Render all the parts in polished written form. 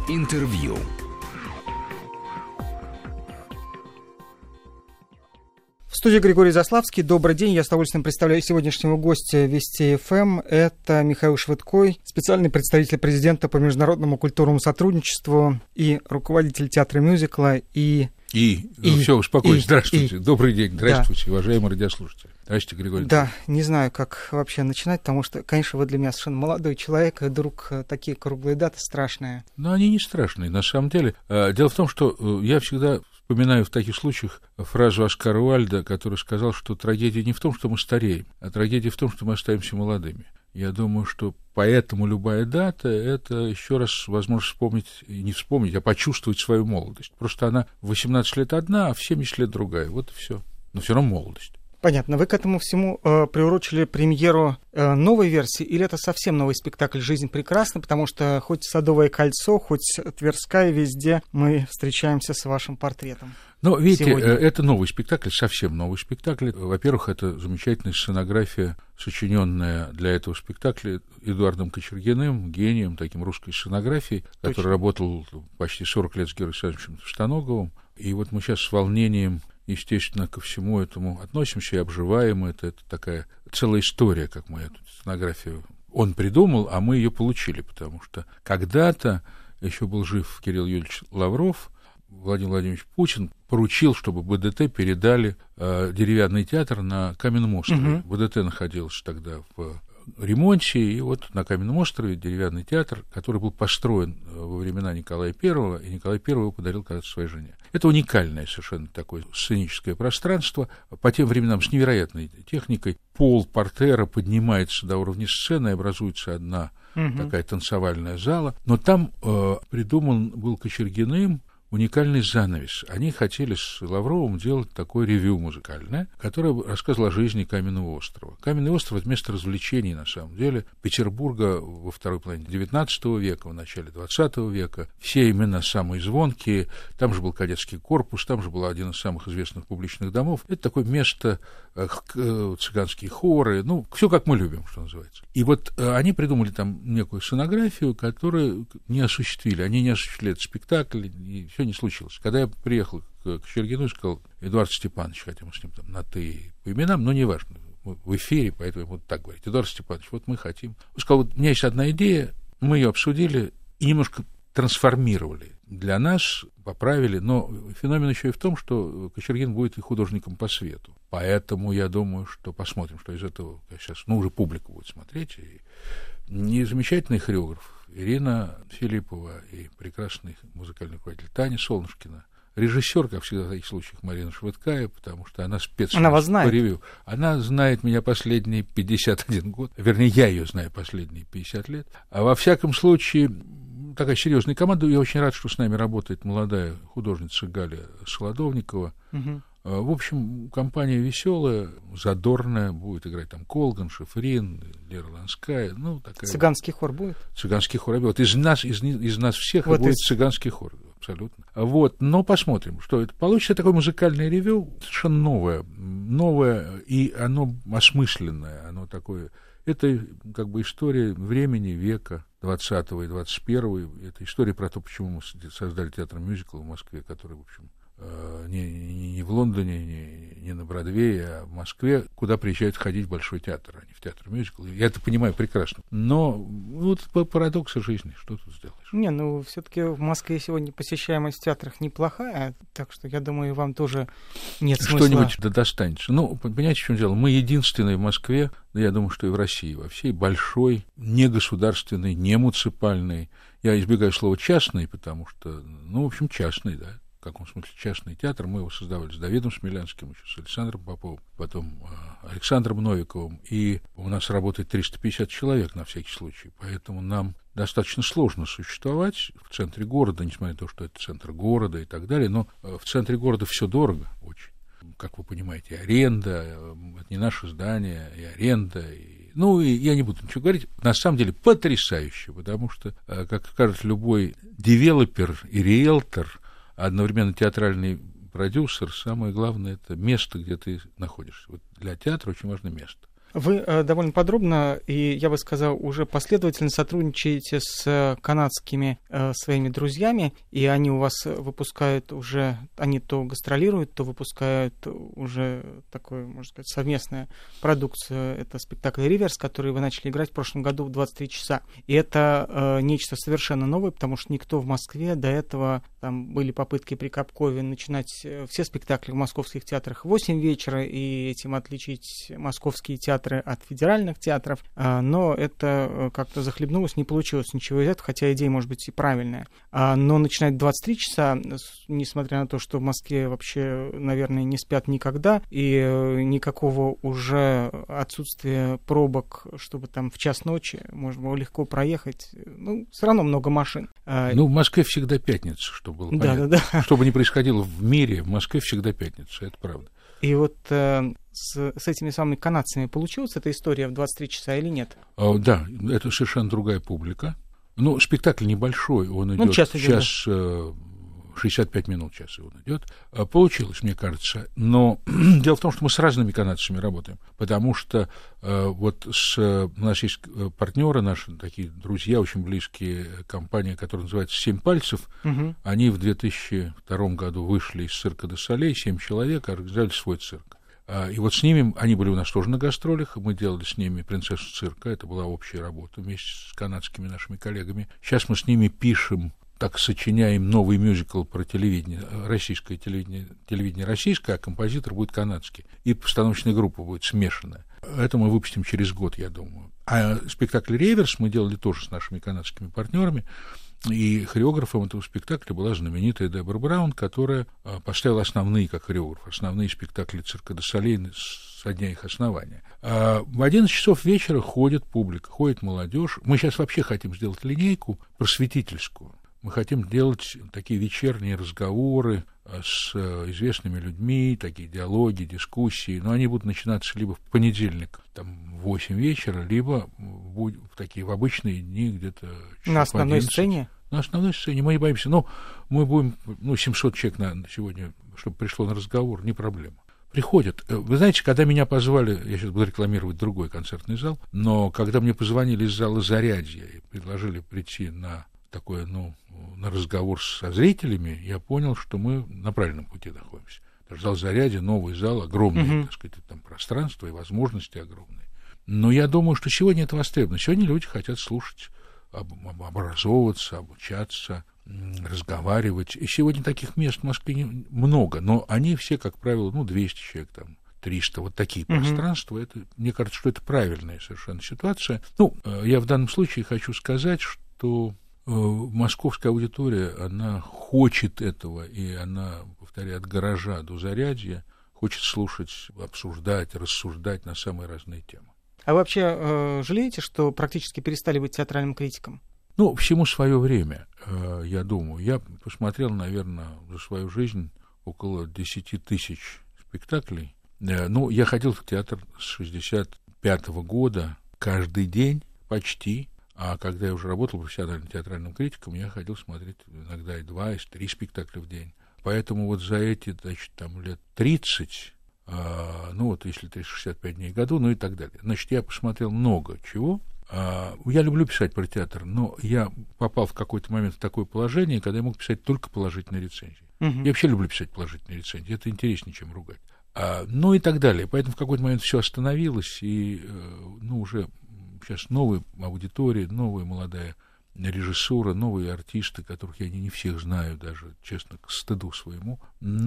Интервью. В студии Григорий Заславский. Добрый день. Я с удовольствием представляю сегодняшнего гостя Вести ФМ. Это Михаил Швыдкой, специальный представитель президента по международному культурному сотрудничеству и руководитель театра мюзикла Все, успокойтесь. Здравствуйте. Добрый день. Здравствуйте, уважаемые радиослушатели. Здравствуйте, Григорий. Да, не знаю, как вообще начинать, потому что, конечно, вы для меня совершенно молодой человек, и вдруг такие круглые даты страшные. Но они не страшные, на самом деле. Дело в том, что я всегда вспоминаю в таких случаях фразу Оскара Уайльда, который сказал, что трагедия не в том, что мы стареем, а трагедия в том, что мы остаемся молодыми. Я думаю, что поэтому любая дата — это еще раз возможность вспомнить, и не вспомнить, а почувствовать свою молодость. Просто она в 18 лет одна, а в 70 лет другая. Вот и все. Но все равно молодость. Понятно. Вы к этому всему приурочили премьеру новой версии, или это совсем новый спектакль «Жизнь прекрасна», потому что хоть «Садовое кольцо», хоть «Тверская», везде мы встречаемся с вашим портретом. Ну, видите, сегодня. Это новый спектакль, совсем новый спектакль. Во-первых, это замечательная сценография, сочиненная для этого спектакля Эдуардом Кочергиным, гением таким русской сценографии, который работал почти 40 лет с Георгием Александровичем Штаноговым. И вот мы сейчас с волнением, естественно, ко всему этому относимся и обживаем это. Это такая целая история, как мы эту сценографию он придумал, а мы ее получили, потому что когда-то еще был жив Кирилл Юрьевич Лавров, Владимир Владимирович Путин поручил, чтобы БДТ передали деревянный театр на Каменном острове. БДТ находился тогда в ремонте, и вот на Каменном острове деревянный театр, который был построен во времена Николая I, и Николай I его подарил когда-то своей жене. Это уникальное совершенно такое сценическое пространство, по тем временам с невероятной техникой. Пол портера поднимается до уровня сцены, и образуется одна такая танцевальная зала, но там придуман был Кочергиным уникальный занавес. Они хотели с Лавровым делать такое ревю музыкальное, которое рассказывало о жизни Каменного острова. Каменный остров — это место развлечений, на самом деле, Петербурга во второй половине XIX века, в начале XX века. Все имена самые звонкие. Там же был кадетский корпус, там же был один из самых известных публичных домов. Это такое место, цыганские хоры, ну, все как мы любим, что называется. И вот они придумали там некую сценографию, которую не осуществили. Они не осуществили этот спектакль, и все не случилось. Когда я приехал к Кочергину и сказал: Эдуард Степанович, хотя мы с ним там на «ты» по именам, но неважно, в эфире, поэтому я буду так говорить: Эдуард Степанович, вот мы хотим. Он сказал: вот у меня есть одна идея, мы ее обсудили и немножко трансформировали для нас, поправили, но феномен еще и в том, что Кочергин будет и художником по свету. Поэтому я думаю, что посмотрим, что из этого сейчас, уже публика будет смотреть. И замечательный хореограф Ирина Филиппова и прекрасный музыкальный руководитель Таня Солнышкина. Режиссер, как всегда в таких случаях, Марина Швыдкая, потому что она Она вас знает. По ревью. Она знает меня последние 51 год. Вернее, я ее знаю последние 50 лет. А во всяком случае, такая серьезная команда. Я очень рад, что с нами работает молодая художница Галя Солодовникова. В общем, компания веселая, задорная, будет играть там Колган, Шифрин, Лера Ланская, такая. Цыганский хор будет? Цыганский хор. Вот из нас всех вот будет цыганский хор, абсолютно. Вот, но посмотрим, что это получится. Такое музыкальное ревю, совершенно новое, и оно осмысленное, оно такое. Это как бы история времени, века 20-го и 21-го. Это история про то, почему мы создали театр-мюзикл в Москве, который, в общем, не в Лондоне, не на Бродвее, а в Москве, куда приезжают ходить в Большой театр, а не в театр-мюзикл. Я это понимаю прекрасно. Но вот парадоксы жизни, что тут сделаешь? Все-таки в Москве сегодня посещаемость в театрах неплохая, так что, я думаю, вам тоже нет смысла. Что-нибудь достанется. Понимаете, в чем дело? Мы единственные в Москве, я думаю, что и в России, во всей большой, не государственной, не муниципальной. Я избегаю слова «частный», потому что, в общем, частный, да. В каком смысле частный театр. Мы его создавали с Давидом Смелянским, еще с Александром Поповым, потом Александром Новиковым. И у нас работает 350 человек на всякий случай. Поэтому нам достаточно сложно существовать в центре города, несмотря на то, что это центр города и так далее. Но в центре города все дорого очень. Как вы понимаете, аренда, это не наше здание, и аренда, и я не буду ничего говорить, на самом деле потрясающе, потому что, как скажет любой девелопер и риэлтор, одновременно театральный продюсер, самое главное — это место, где ты находишься. Вот для театра очень важно место. Вы довольно подробно и, я бы сказал, уже последовательно сотрудничаете с канадскими своими друзьями, и они у вас выпускают уже, они то гастролируют, то выпускают уже такую, можно сказать, совместную продукцию. Это спектакль «Риверс», который вы начали играть в прошлом году в 23 часа. И это нечто совершенно новое, потому что никто в Москве до этого, там были попытки при Капкове начинать все спектакли в московских театрах в 8 вечера и этим отличить московские театры от федеральных театров, но это как-то захлебнулось, не получилось ничего из этого, хотя идея может быть и правильная. Но начинать 23 часа, несмотря на то, что в Москве вообще, наверное, не спят никогда, и никакого уже отсутствия пробок, чтобы там в час ночи можно было легко проехать, ну, все равно много машин. Ну, в Москве всегда пятница, чтобы было понятно. Да. Что бы ни происходило в мире, в Москве всегда пятница, это правда. И вот с этими самыми канадцами получилась эта история в 23 часа или нет? Да, это совершенно другая публика. Ну, спектакль небольшой, он идет час 65 минут, час он идет. Получилось, мне кажется. Но дело в том, что мы с разными канадцами работаем, потому что вот у нас есть партнеры наши, такие друзья, очень близкие, компания, которая называется «Семь пальцев». Угу. Они в 2002 году вышли из цирка де Солей, 7 человек, организовали свой цирк. И вот с ними, они были у нас тоже на гастролях, мы делали с ними «Принцессу цирка», это была общая работа вместе с канадскими нашими коллегами. Сейчас мы с ними пишем, так сочиняем новый мюзикл про телевидение, российское телевидение российское, а композитор будет канадский. И постановочная группа будет смешанная. Это мы выпустим через год, я думаю. А спектакль «Реверс» мы делали тоже с нашими канадскими партнерами. И хореографом этого спектакля была знаменитая Дебора Браун, которая поставила основные, как хореограф, основные спектакли цирка де Солей со дня их основания. В 11 часов вечера ходит публика, ходит молодежь. Мы сейчас вообще хотим сделать линейку просветительскую. Мы хотим делать такие вечерние разговоры с известными людьми, такие диалоги, дискуссии, но они будут начинаться либо в понедельник, там, в 8 вечера, либо в обычные дни где-то на основной 11. Сцене? На основной сцене, мы не боимся. Но мы будем, 700 человек на сегодня, чтобы пришло на разговор, не проблема. Приходят. Вы знаете, когда меня позвали, я сейчас буду рекламировать другой концертный зал, но когда мне позвонили из зала «Зарядье» и предложили прийти на такой, на разговор со зрителями, я понял, что мы на правильном пути находимся. Зал «Зарядье», новый зал, огромное, так сказать, там пространство и возможности огромные. Но я думаю, что сегодня это востребовано. Сегодня люди хотят слушать, образовываться, обучаться, разговаривать. И сегодня таких мест в Москве много, но они все, как правило, 200 человек, там, 300, вот такие пространства. Это, мне кажется, что это правильная совершенно ситуация. Я в данном случае хочу сказать, что московская аудитория, она хочет этого, и она, повторяю, от гаража до Зарядья хочет слушать, обсуждать, рассуждать на самые разные темы. А вы вообще жалеете, что практически перестали быть театральным критиком? Всему свое время, я думаю. Я посмотрел, наверное, за свою жизнь около 10 тысяч спектаклей. Я ходил в театр с 1965 года каждый день почти. А когда я уже работал профессиональным театральным критиком, я ходил смотреть иногда и 2, и 3 спектакля в день. Поэтому вот за эти, лет 30, если 365 дней в году, и так далее. Я посмотрел много чего. Я люблю писать про театр, но я попал в какой-то момент в такое положение, когда я мог писать только положительные рецензии. Я вообще люблю писать положительные рецензии, это интереснее, чем ругать. И так далее. Поэтому в какой-то момент все остановилось, и уже сейчас новая аудитория, новая молодая режиссура, новые артисты, которых я не всех знаю, даже, честно, к стыду своему.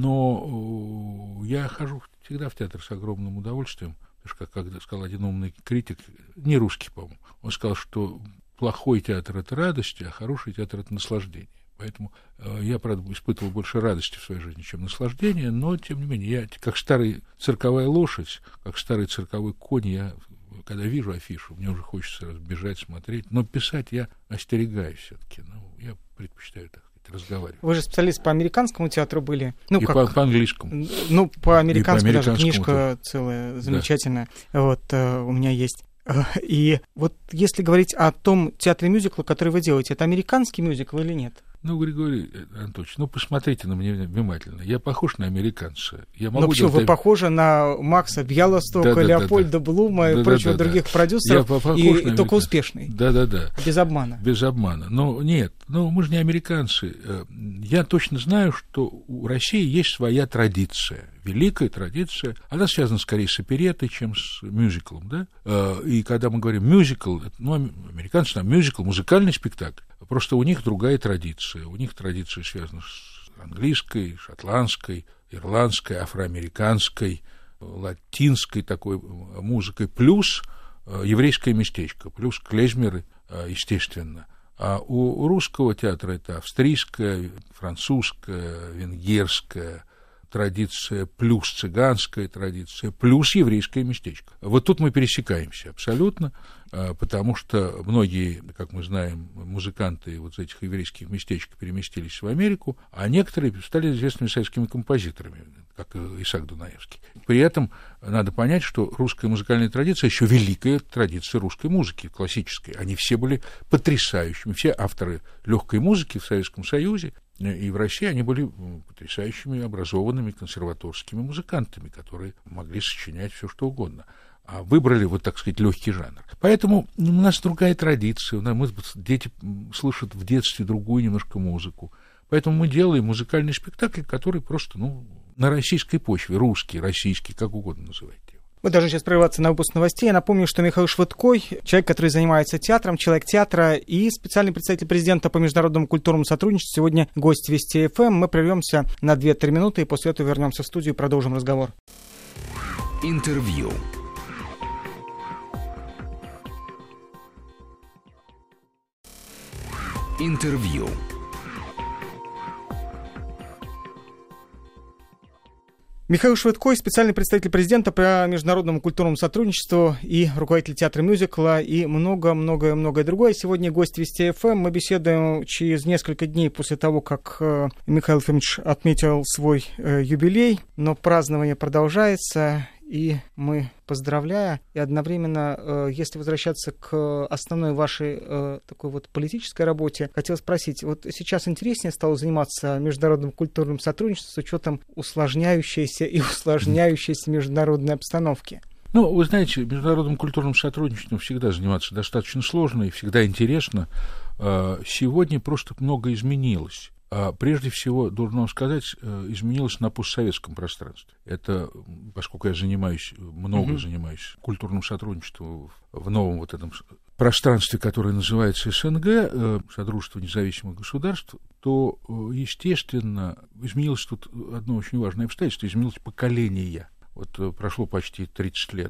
Но я хожу всегда в театр с огромным удовольствием, потому что, как сказал один умный критик, не русский, по-моему, он сказал, что плохой театр — это радость, а хороший театр — это наслаждение. Поэтому я, правда, испытывал больше радости в своей жизни, чем наслаждения, но, тем не менее, я, как старая цирковая лошадь, как старый цирковой конь, когда вижу афишу, мне уже хочется бежать, смотреть. Но писать я остерегаюсь все-таки. Я предпочитаю, так сказать, разговаривать. Вы же специалист по американскому театру были. По английскому. По американскому даже книжка целая, замечательная. Да. У меня есть. И вот если говорить о том театре мюзикла, который вы делаете, это американский мюзикл или нет? Ну, Григорий Анатольевич, посмотрите на меня внимательно. Я похож на американца. Но почему вы похожи на Макса Бьялостока, Леопольда Блума и прочих других продюсеров, и только успешный? Да. Без обмана. Без обмана. Но нет, мы же не американцы. Я точно знаю, что у России есть своя традиция, великая традиция. Она связана скорее с опереттой, чем с мюзиклом, да? И когда мы говорим мюзикл, американцы там мюзикл, музыкальный спектакль. Просто у них другая традиция. У них традиция связана с английской, шотландской, ирландской, афроамериканской, латинской такой музыкой, плюс еврейское местечко, плюс клезмеры, естественно. А у русского театра это австрийская, французская, венгерская традиция, плюс цыганская традиция, плюс еврейское местечко. Вот тут мы пересекаемся абсолютно, потому что многие, как мы знаем, музыканты вот из этих еврейских местечек переместились в Америку, а некоторые стали известными советскими композиторами, как Исаак Дунаевский. При этом надо понять, что русская музыкальная традиция еще великая традиция русской музыки, классической. Они все были потрясающими. Все авторы легкой музыки в Советском Союзе и в России, они были потрясающими, образованными консерваторскими музыкантами, которые могли сочинять все что угодно. А выбрали, вот так сказать, легкий жанр. Поэтому у нас другая традиция. Дети слышат в детстве другую немножко музыку. Поэтому мы делаем музыкальный спектакль, который просто, на российской почве, русский, российский, как угодно называйте. Мы должны сейчас прерваться на выпуск новостей. Я напомню, что Михаил Швыдкой, человек, который занимается театром, человек театра и специальный представитель президента по международному культурному сотрудничеству, сегодня гость Вести ФМ. Мы прервемся на 2-3 минуты и после этого вернемся в студию и продолжим разговор. Интервью. Интервью. Михаил Швыдкой, специальный представитель президента по международному культурному сотрудничеству и руководитель театра мюзикла и многое другое. Сегодня гость Вести ФМ. Мы беседуем через несколько дней после того, как Михаил Ефимович отметил свой юбилей, но празднование продолжается. И мы, поздравляя, и одновременно, если возвращаться к основной вашей такой вот политической работе, хотел спросить, вот сейчас интереснее стало заниматься международным культурным сотрудничеством с учетом усложняющейся международной обстановки? Вы знаете, международным культурным сотрудничеством всегда заниматься достаточно сложно и всегда интересно. Сегодня просто много изменилось. Прежде всего, должен вам сказать, изменилось на постсоветском пространстве. Это, поскольку я занимаюсь культурным сотрудничеством в новом вот этом пространстве, которое называется СНГ, Содружество независимых государств, то, естественно, изменилось тут одно очень важное обстоятельство, изменилось поколение. Вот прошло почти 30 лет,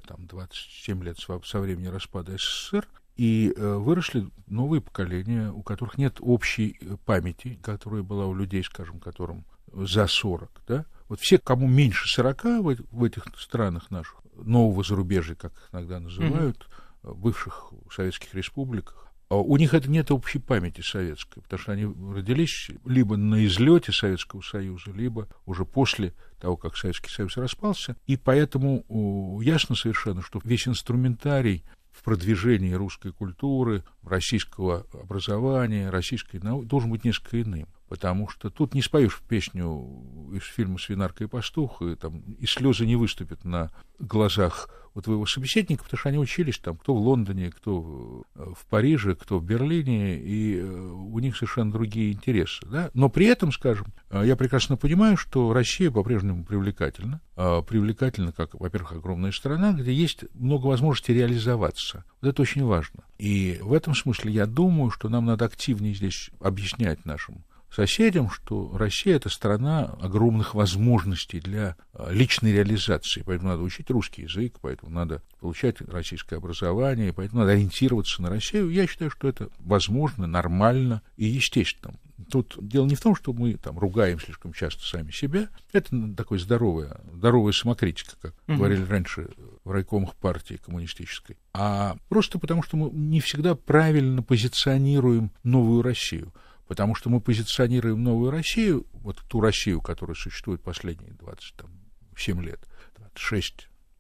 27 лет со времени распада СССР, и выросли новые поколения, у которых нет общей памяти, которая была у людей, скажем, которым за 40. Да? Вот все, кому меньше 40 в этих странах наших, нового зарубежья, как их иногда называют, бывших советских республиках, у них нет общей памяти советской, потому что они родились либо на излете Советского Союза, либо уже после того, как Советский Союз распался. И поэтому ясно совершенно, что весь инструментарий в продвижении русской культуры, российского образования, российской науки должен быть несколько иным. Потому что тут не споешь песню из фильма «Свинарка и пастух», и слезы не выступят на глазах у твоего собеседника, потому что они учились кто в Лондоне, кто в Париже, кто в Берлине, и у них совершенно другие интересы. Да? Но при этом, скажем, я прекрасно понимаю, что Россия по-прежнему привлекательна. Привлекательна, как, во-первых, огромная страна, где есть много возможностей реализоваться. Вот это очень важно. И в этом смысле я думаю, что нам надо активнее здесь объяснять нашим соседям, что Россия — это страна огромных возможностей для личной реализации, поэтому надо учить русский язык, поэтому надо получать российское образование, поэтому надо ориентироваться на Россию. Я считаю, что это возможно, нормально и естественно. Тут дело не в том, что мы ругаем слишком часто сами себя, это такая здоровая самокритика, как говорили раньше в райкомах партии коммунистической, а просто потому, что мы не всегда правильно позиционируем новую Россию. Потому что мы позиционируем новую Россию, вот ту Россию, которая существует последние 27 лет, 26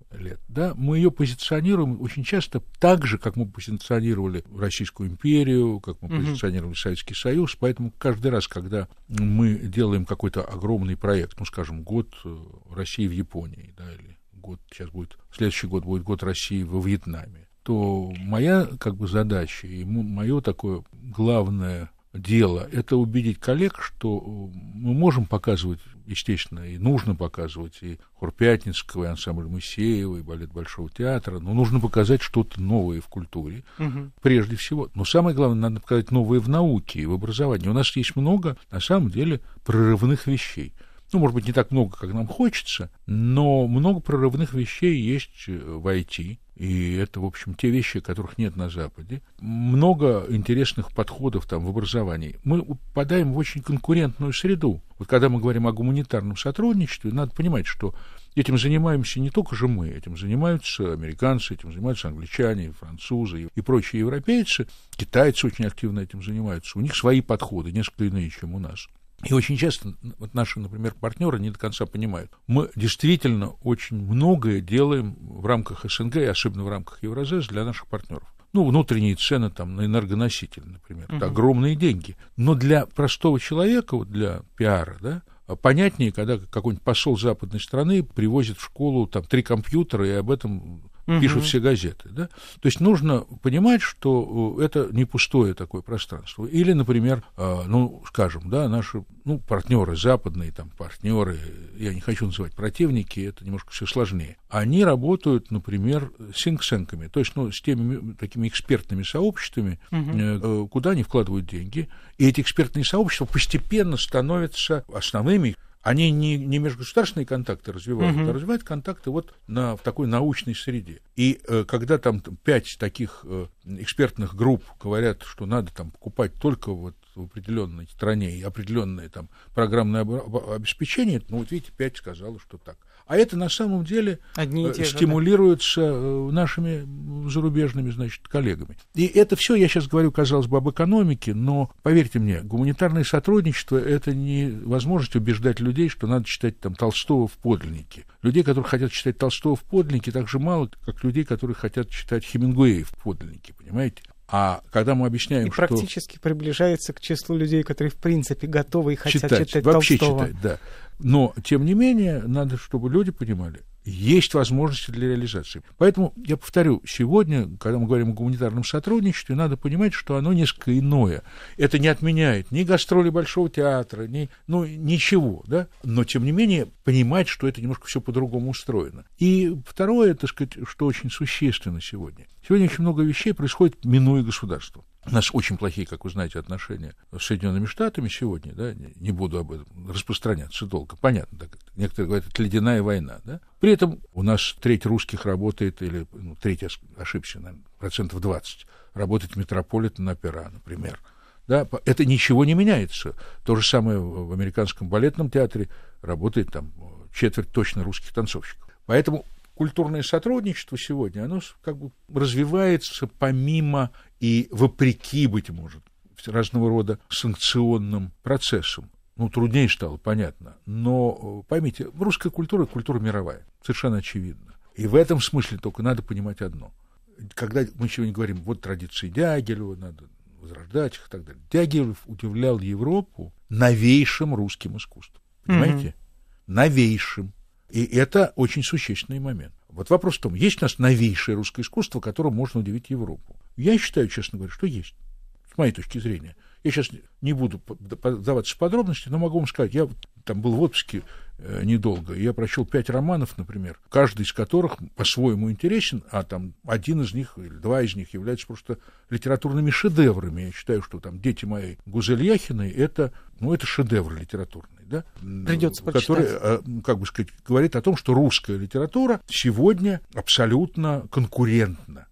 лет, да, мы ее позиционируем очень часто так же, как мы позиционировали Российскую империю, как мы позиционировали Советский Союз, поэтому каждый раз, когда мы делаем какой-то огромный проект, ну, скажем, год России в Японии, да, или следующий год будет год России во Вьетнаме, то моя задача и мое такое главное дело — это убедить коллег, что мы можем показывать, естественно, и нужно показывать и хор Пятницкого, и ансамбль Моисеева, и балет Большого театра, но нужно показать что-то новое в культуре, прежде всего. Но самое главное, надо показать новое в науке и в образовании. У нас есть много, на самом деле, прорывных вещей. Ну, может быть, не так много, как нам хочется, но много прорывных вещей есть в IT, и это, в общем, те вещи, которых нет на Западе. Много интересных подходов там в образовании. Мы попадаем в очень конкурентную среду. Вот когда мы говорим о гуманитарном сотрудничестве, надо понимать, что этим занимаемся не только же мы, этим занимаются американцы, этим занимаются англичане, французы и прочие европейцы. Китайцы очень активно этим занимаются. У них свои подходы, несколько иные, чем у нас. И очень часто вот наши, например, партнеры не до конца понимают. Мы действительно очень многое делаем в рамках СНГ, и особенно в рамках Евразес, для наших партнеров. Ну, внутренние цены там на энергоносители, например, это огромные деньги. Но для простого человека, вот для пиара, да, понятнее, когда какой-нибудь посол западной страны привозит в школу там 3 компьютера, и об этом пишут все газеты, да? То есть нужно понимать, что это не пустое такое пространство. Или, например, ну, скажем, да, наши, ну, партнеры западные, там, партнеры, я не хочу называть противники, это немножко все сложнее. Они работают, например, с think-tank'ами, то есть, ну, с теми такими экспертными сообществами, куда они вкладывают деньги, и эти экспертные сообщества постепенно становятся основными. Они не межгосударственные контакты развивают, а развивают контакты вот в такой научной среде. И когда там 5 таких экспертных групп говорят, что надо там покупать только вот в определенной стране и определенное там программное обеспечение, ну вот видите, 5 сказало, что так. А это на самом деле стимулируется нашими зарубежными, значит, коллегами. И это все, я сейчас говорю, казалось бы, об экономике, но, поверьте мне, гуманитарное сотрудничество — это не возможность убеждать людей, что надо читать там Толстого в подлиннике. Людей, которые хотят читать Толстого в подлиннике, так же мало, как людей, которые хотят читать Хемингуэя в подлиннике, понимаете? А когда мы объясняем, что... практически приближается к числу людей, которые, в принципе, готовы и хотят читать вообще Толстого. Читать, да. Но, тем не менее, надо, чтобы люди понимали, есть возможности для реализации. Поэтому, я повторю, сегодня, когда мы говорим о гуманитарном сотрудничестве, надо понимать, что оно несколько иное. Это не отменяет ни гастроли Большого театра, ничего, да? Но, тем не менее, понимать, что это немножко все по-другому устроено. И второе, так сказать, что очень существенно сегодня. Сегодня очень много вещей происходит, минуя государство. У нас очень плохие, как вы знаете, отношения с Соединенными Штатами сегодня, да, не буду об этом распространяться долго, понятно, так, некоторые говорят, это ледяная война, да. При этом у нас треть русских работает, или треть, ошибся, наверное, 20% работает в Метрополитен-опера, например. Да, это ничего не меняется. То же самое в американском балетном театре работает там четверть точно русских танцовщиков. Поэтому культурное сотрудничество сегодня, оно как бы развивается помимо и вопреки, быть может, разного рода санкционным процессам. Труднее стало, понятно. Но поймите, русская культура — культура мировая, совершенно очевидно. И в этом смысле только надо понимать одно. Когда мы сегодня говорим, вот традиции Дягилева, надо возрождать их и так далее. Дягилев удивлял Европу новейшим русским искусством. Понимаете? Новейшим. И это очень существенный момент. Вот вопрос в том, есть у нас новейшее русское искусство, которым можно удивить Европу? Я считаю, честно говоря, что есть, с моей точки зрения. Я сейчас не буду вдаваться в подробности, но могу вам сказать, я там был в отпуске недолго, и я прочел 5 романов, например, каждый из которых по-своему интересен, а там один из них или 2 из них являются просто литературными шедеврами. Я считаю, что там «Дети мои» Гузель Яхиной — это шедевр литературный, да? Придется почитать. Который, как бы сказать, говорит о том, что русская литература сегодня абсолютно конкурентна,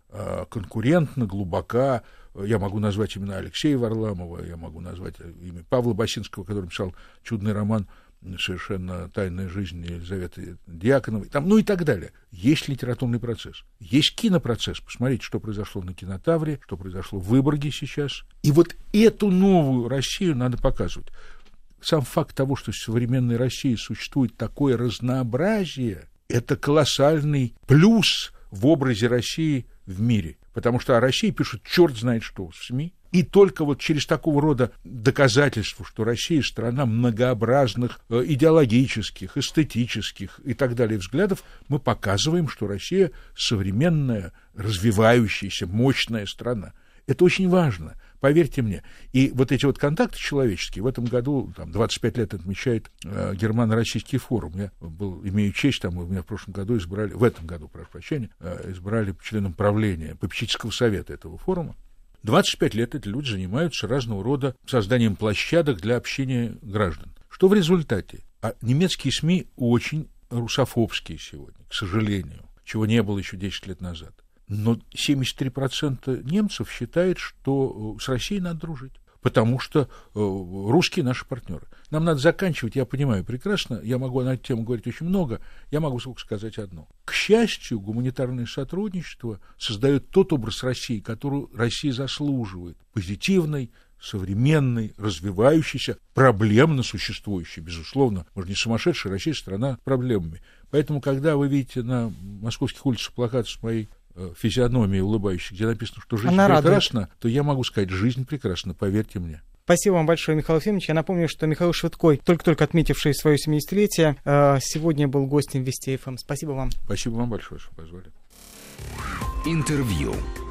глубока. Я могу назвать имена Алексея Варламова, я могу назвать имя Павла Басинского, который писал чудный роман «Совершенно тайная жизнь Елизаветы Дьяконовой», и так далее. Есть литературный процесс, есть кинопроцесс. Посмотрите, что произошло на Кинотавре, что произошло в Выборге сейчас. И вот эту новую Россию надо показывать. Сам факт того, что в современной России существует такое разнообразие, это колоссальный плюс в образе России в мире. Потому что о России пишут черт знает что в СМИ. И только вот через такого рода доказательства, что Россия страна многообразных идеологических, эстетических и так далее взглядов, мы показываем, что Россия современная, развивающаяся, мощная страна. Это очень важно, поверьте мне. И вот эти вот контакты человеческие, в этом году, 25 лет отмечает Германо-Российский форум. Я имею честь, меня в прошлом году избрали, в этом году, прошу прощения, избрали членом правления попечительского совета этого форума. 25 лет эти люди занимаются разного рода созданием площадок для общения граждан. Что в результате? А немецкие СМИ очень русофобские сегодня, к сожалению, чего не было еще 10 лет назад. Но 73% немцев считают, что с Россией надо дружить, потому что русские наши партнеры. Нам надо заканчивать, я понимаю прекрасно, я могу на эту тему говорить очень много, я могу только сказать одно. К счастью, гуманитарное сотрудничество создает тот образ России, который Россия заслуживает. Позитивный, современный, развивающийся, проблемно существующий, безусловно. Мы же не сумасшедшая Россия, страна с проблемами. Поэтому, когда вы видите на московских улицах плакаты с моей физиономией улыбающей, где написано, что жизнь прекрасна, то я могу сказать, жизнь прекрасна, поверьте мне. Спасибо вам большое, Михаил Ефимович. Я напомню, что Михаил Швыдкой, только-только отметивший свое 70-летие, сегодня был гостем Вести ФМ. Спасибо вам. Спасибо вам большое, что позвали. Интервью.